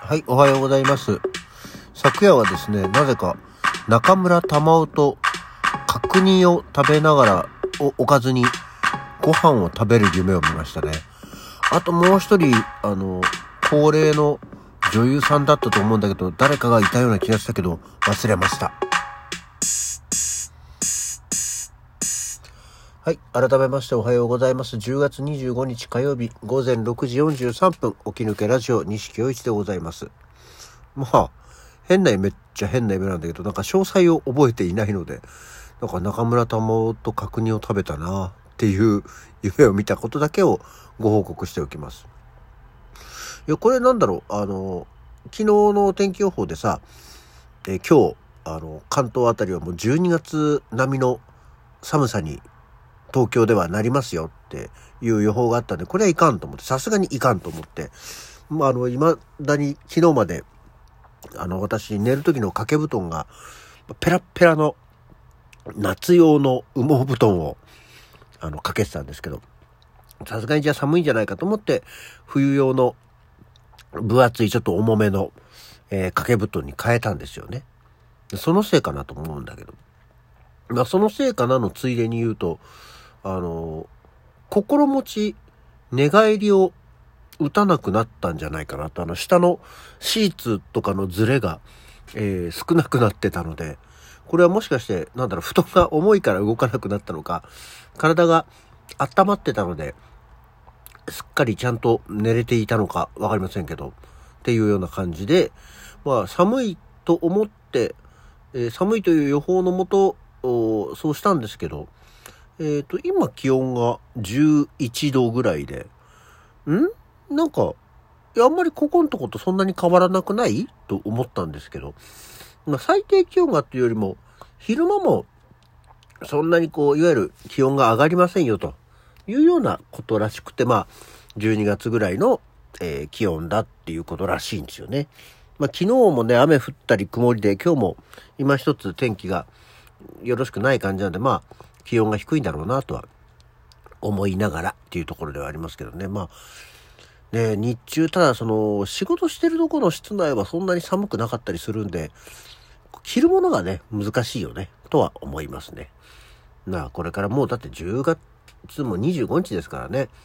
はい、おはようございます。昨夜はですね、なぜか中村玉緒と角煮を食べながらおかずにご飯を食べる夢を見ましたね。あともう一人、高齢の女優さんだったと思うんだけど、誰かがいたような気がしたけど、忘れました。はい、改めましておはようございます。10月25日火曜日午前6時43分、起き抜けラジオ西京一でございます。まあ、めっちゃ変な夢なんだけど、なんか詳細を覚えていないので、なんか中村玉緒と角煮を食べたなっていう夢を見たことだけをご報告しておきます。いや、これなんだろう、昨日の天気予報でさ、今日、関東あたりはもう12月並みの寒さに東京ではなりますよっていう予報があったんで、これはいかんと思って、さすがにいかんと思って、未だに昨日まで、私寝る時の掛け布団がペラッペラの夏用の羽毛布団をかけてたんですけど、さすがにじゃあ寒いんじゃないかと思って冬用の分厚いちょっと重めの、掛け布団に変えたんですよね。そのせいかなと思うんだけど、そのせいかなのついでに言うと、心持ち寝返りを打たなくなったんじゃないかなと、下のシーツとかのズレが、少なくなってたので、これはもしかして布団が重いから動かなくなったのか、体が温まってたのですっかりちゃんと寝れていたのかわかりませんけど、っていうような感じで、寒いと思って、寒いという予報のもとそうしたんですけど、今気温が11度ぐらいで、なんかあんまりここのとことそんなに変わらなくないと思ったんですけど、最低気温がっていうよりも昼間もそんなにいわゆる気温が上がりませんよというようなことらしくて、12月ぐらいの、気温だっていうことらしいんですよね。昨日もね、雨降ったり曇りで、今日も今一つ天気がよろしくない感じなんで、気温が低いんだろうなとは思いながらっていうところではありますけどね。日中ただ仕事してるところの室内はそんなに寒くなかったりするんで、着るものがね難しいよねとは思いますね。これからもうだって10月も25日ですからね。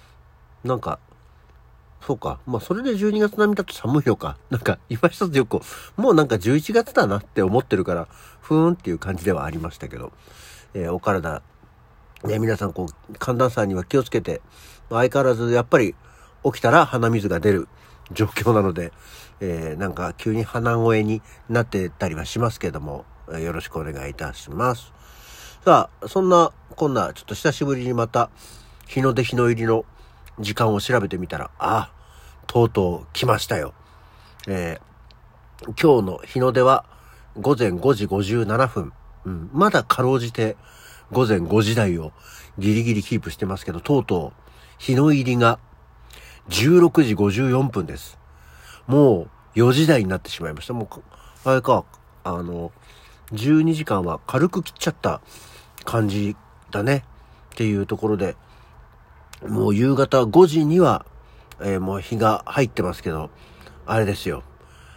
そうか。それで12月並みだと寒いのか。今一つよく、もう11月だなって思ってるから、ふーんっていう感じではありましたけど、お体、皆さん寒暖差には気をつけて、相変わらずやっぱり起きたら鼻水が出る状況なので、急に鼻声になってたりはしますけども、よろしくお願いいたします。さあ、そんなこんなちょっと久しぶりにまた日の出日の入りの時間を調べてみたら、とうとう来ましたよ。今日の日の出は午前5時57分。まだかろうじて午前5時台をギリギリキープしてますけど、とうとう日の入りが16時54分です。もう4時台になってしまいました。もう、あれか、12時間は軽く切っちゃった感じだね。っていうところで、もう夕方5時には、もう日が入ってますけど、あれですよ。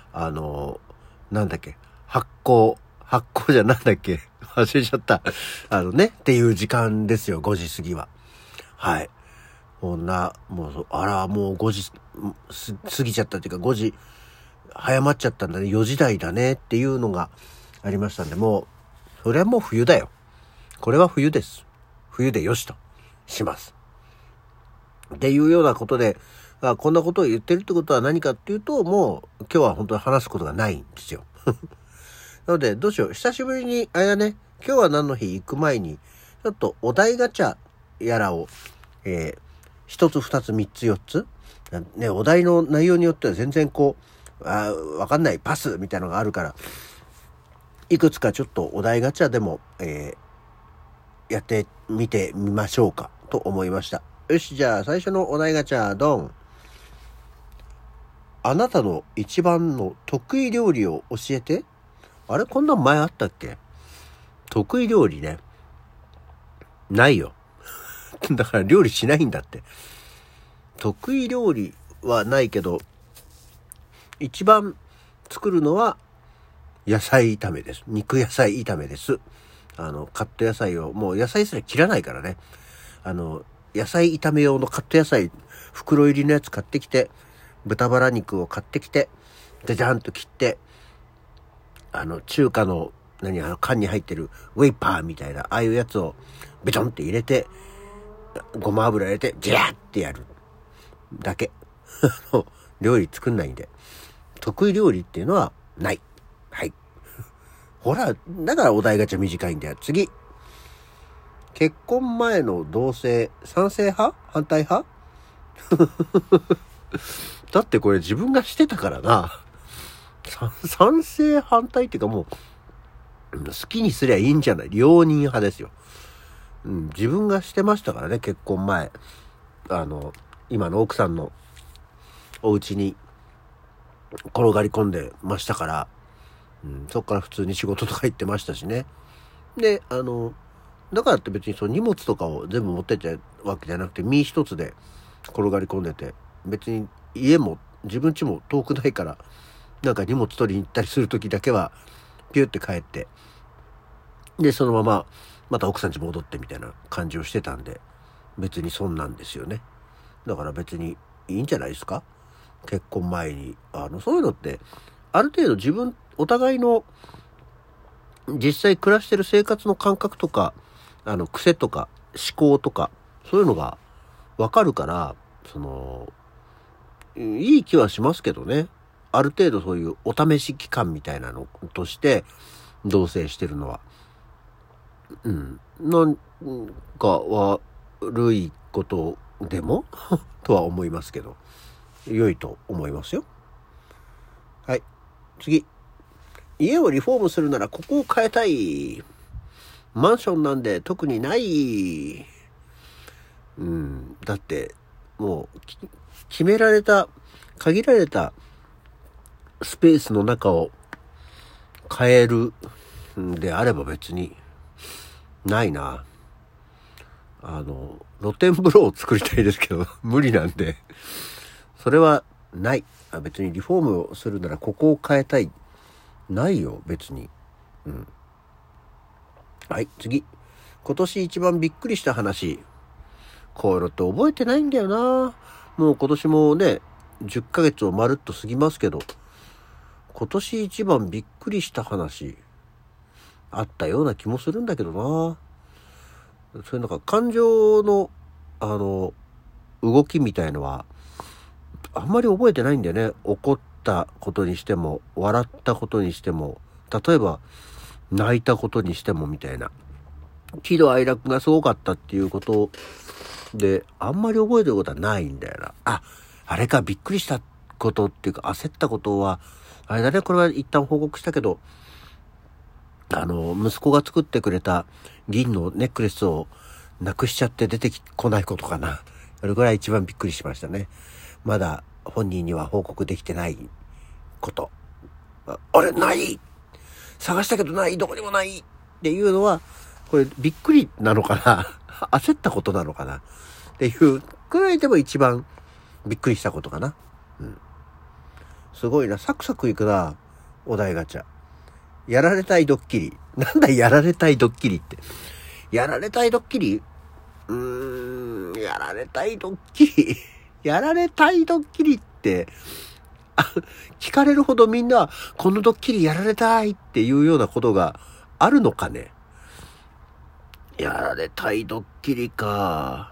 発光じゃ忘れちゃった。っていう時間ですよ、5時過ぎは。はい。もう5時過ぎちゃったっていうか、5時早まっちゃったんだね、4時台だねっていうのがありましたんで、もう、それはもう冬だよ。これは冬です。冬でよしとします。っていうようなことで、こんなことを言ってるってことは何かっていうと、もう今日は本当に話すことがないんですよ。なのでどうしよう。久しぶりに、今日は何の日行く前に、ちょっとお題ガチャやらを、一つ二つ三つ四つ。お題の内容によっては全然わかんないパスみたいなのがあるから、いくつかちょっとお題ガチャでも、やってみてみましょうかと思いました。よし、じゃあ最初のお題ガチャドン。あなたの一番の得意料理を教えて。あれ、こんなん前あったっけ？得意料理ね。ないよ。だから料理しないんだって。得意料理はないけど、 一番作るのは野菜炒めです。肉野菜炒めです。カット野菜を、もう野菜すら切らないからね。野菜炒め用のカット野菜、袋入りのやつ買ってきて、豚バラ肉を買ってきて、じゃじゃんと切って、中華の、缶に入ってるウェイパーみたいな、ああいうやつをベチョンって入れて、ごま油入れて、ジャーってやる。だけ。料理作んないんで。得意料理っていうのはない。はい。ほら、だからお題ガチャ短いんだよ。次。結婚前の同棲、賛成派？反対派？だってこれ自分がしてたからな。賛成反対っていうかもう、好きにすりゃいいんじゃない？容認派ですよ。自分がしてましたからね、結婚前。今の奥さんのお家に転がり込んでましたから、そっから普通に仕事とか行ってましたしね。で、だからって別にその荷物とかを全部持ってっちゃうわけじゃなくて、身一つで転がり込んでて、別に家も自分家も遠くないから、なんか荷物取りに行ったりする時だけはピュって帰って、でそのまままた奥さん家戻ってみたいな感じをしてたんで、別にそんなんですよね。だから別にいいんじゃないですか、結婚前に。そういうのってある程度お互いの実際暮らしてる生活の感覚とか、癖とか思考とか、そういうのがわかるから、いい気はしますけどね。ある程度そういうお試し期間みたいなのとして同棲してるのは。なんか悪いことでもとは思いますけど、良いと思いますよ。はい。次。家をリフォームするならここを変えたい。マンションなんで特にない。だってもう決められた限られたスペースの中を変えるんであれば別にないな。露天風呂を作りたいですけど無理なんで、それはない。別にリフォームをするならここを変えたい。ないよ別に。はい、次。今年一番びっくりした話。こういうのって覚えてないんだよな。もう今年もね、10ヶ月をまるっと過ぎますけど、今年一番びっくりした話、あったような気もするんだけどな。そういうなんか感情の、動きみたいのは、あんまり覚えてないんだよね。怒ったことにしても、笑ったことにしても、例えば、泣いたことにしてもみたいな。喜怒哀楽がすごかったっていうことで、あんまり覚えてることはないんだよな。あれか、びっくりしたことっていうか、焦ったことは、あれだね、これは一旦報告したけど、息子が作ってくれた銀のネックレスをなくしちゃって出てこないことかな。それぐらい一番びっくりしましたね。まだ本人には報告できてないこと。あれ、ない探したけどない、どこにもないっていうのは、これびっくりなのかな焦ったことなのかなっていうくらいでも一番びっくりしたことかな。すごいな、サクサクいくな、お題ガチャ。やられたいドッキリ。なんだやられたいドッキリって。やられたいドッキリ？やられたいドッキリ。やられたいドッキリって、聞かれるほどみんな、このドッキリやられたいっていうようなことがあるのかね。やられたいドッキリか。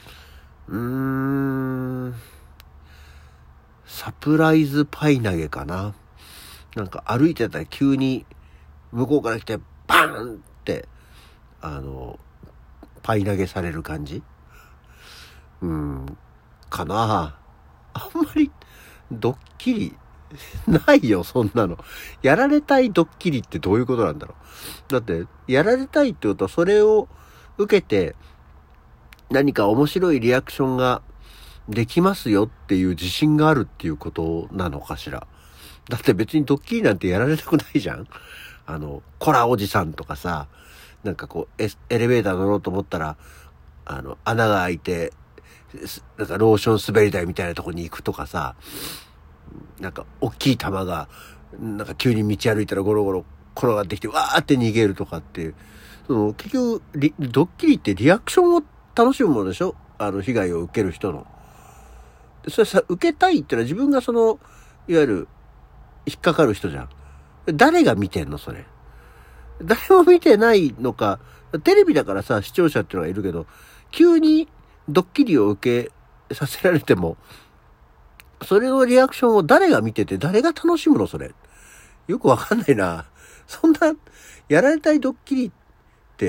サプライズパイ投げかな。なんか歩いてたら急に向こうから来てバーンってパイ投げされる感じかな。あんまりドッキリないよ、そんなの。やられたいドッキリってどういうことなんだろう。だってやられたいってことは、それを受けて何か面白いリアクションができますよっていう自信があるっていうことなのかしら。だって別にドッキリなんてやられたくないじゃん。コラおじさんとかさ、なんかこうエレベーター乗ろうと思ったら穴が開いて、なんかローション滑り台みたいなとこに行くとかさ、 なんか大きい玉が、なんか急に道歩いたらゴロゴロ転がってきて、わーって逃げるとかっていう。結局、ドッキリってリアクションを楽しむものでしょ？被害を受ける人の。それさ、受けたいってのは自分がいわゆる、引っかかる人じゃん。誰が見てんのそれ。誰も見てないのか、テレビだからさ、視聴者っていうのがいるけど、急にドッキリを受けさせられても、それのリアクションを誰が見てて、誰が楽しむのそれ。よくわかんないな。そんな、やられたいドッキリって、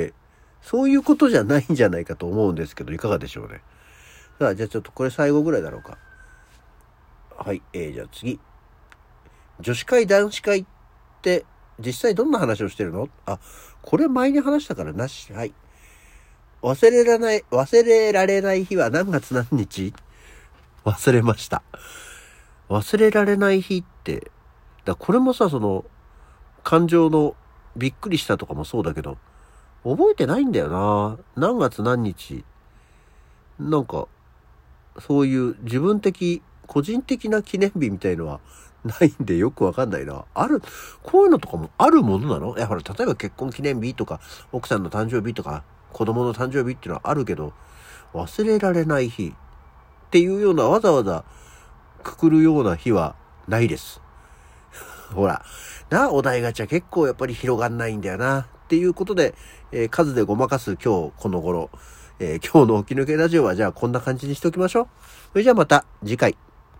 そういうことじゃないんじゃないかと思うんですけど、いかがでしょうね。さあ、じゃあちょっとこれ最後ぐらいだろうか。はい、じゃあ次。女子会男子会って実際どんな話をしてるの？これ前に話したからなし。はい。忘れられない日は何月何日？忘れました。忘れられない日って、これもさ、感情のびっくりしたとかもそうだけど、覚えてないんだよな。何月何日。なんか、そういう自分的、個人的な記念日みたいのはないんでよくわかんないな。こういうのとかもあるものなの？ほら、例えば結婚記念日とか、奥さんの誕生日とか、子供の誕生日っていうのはあるけど、忘れられない日っていうようなわざわざくくるような日はないです。ほら、お題ガチャ結構やっぱり広がんないんだよな。っていうことで、数でごまかす今日この頃、今日の起き抜けラジオはじゃあこんな感じにしておきましょう。それじゃあまた次回。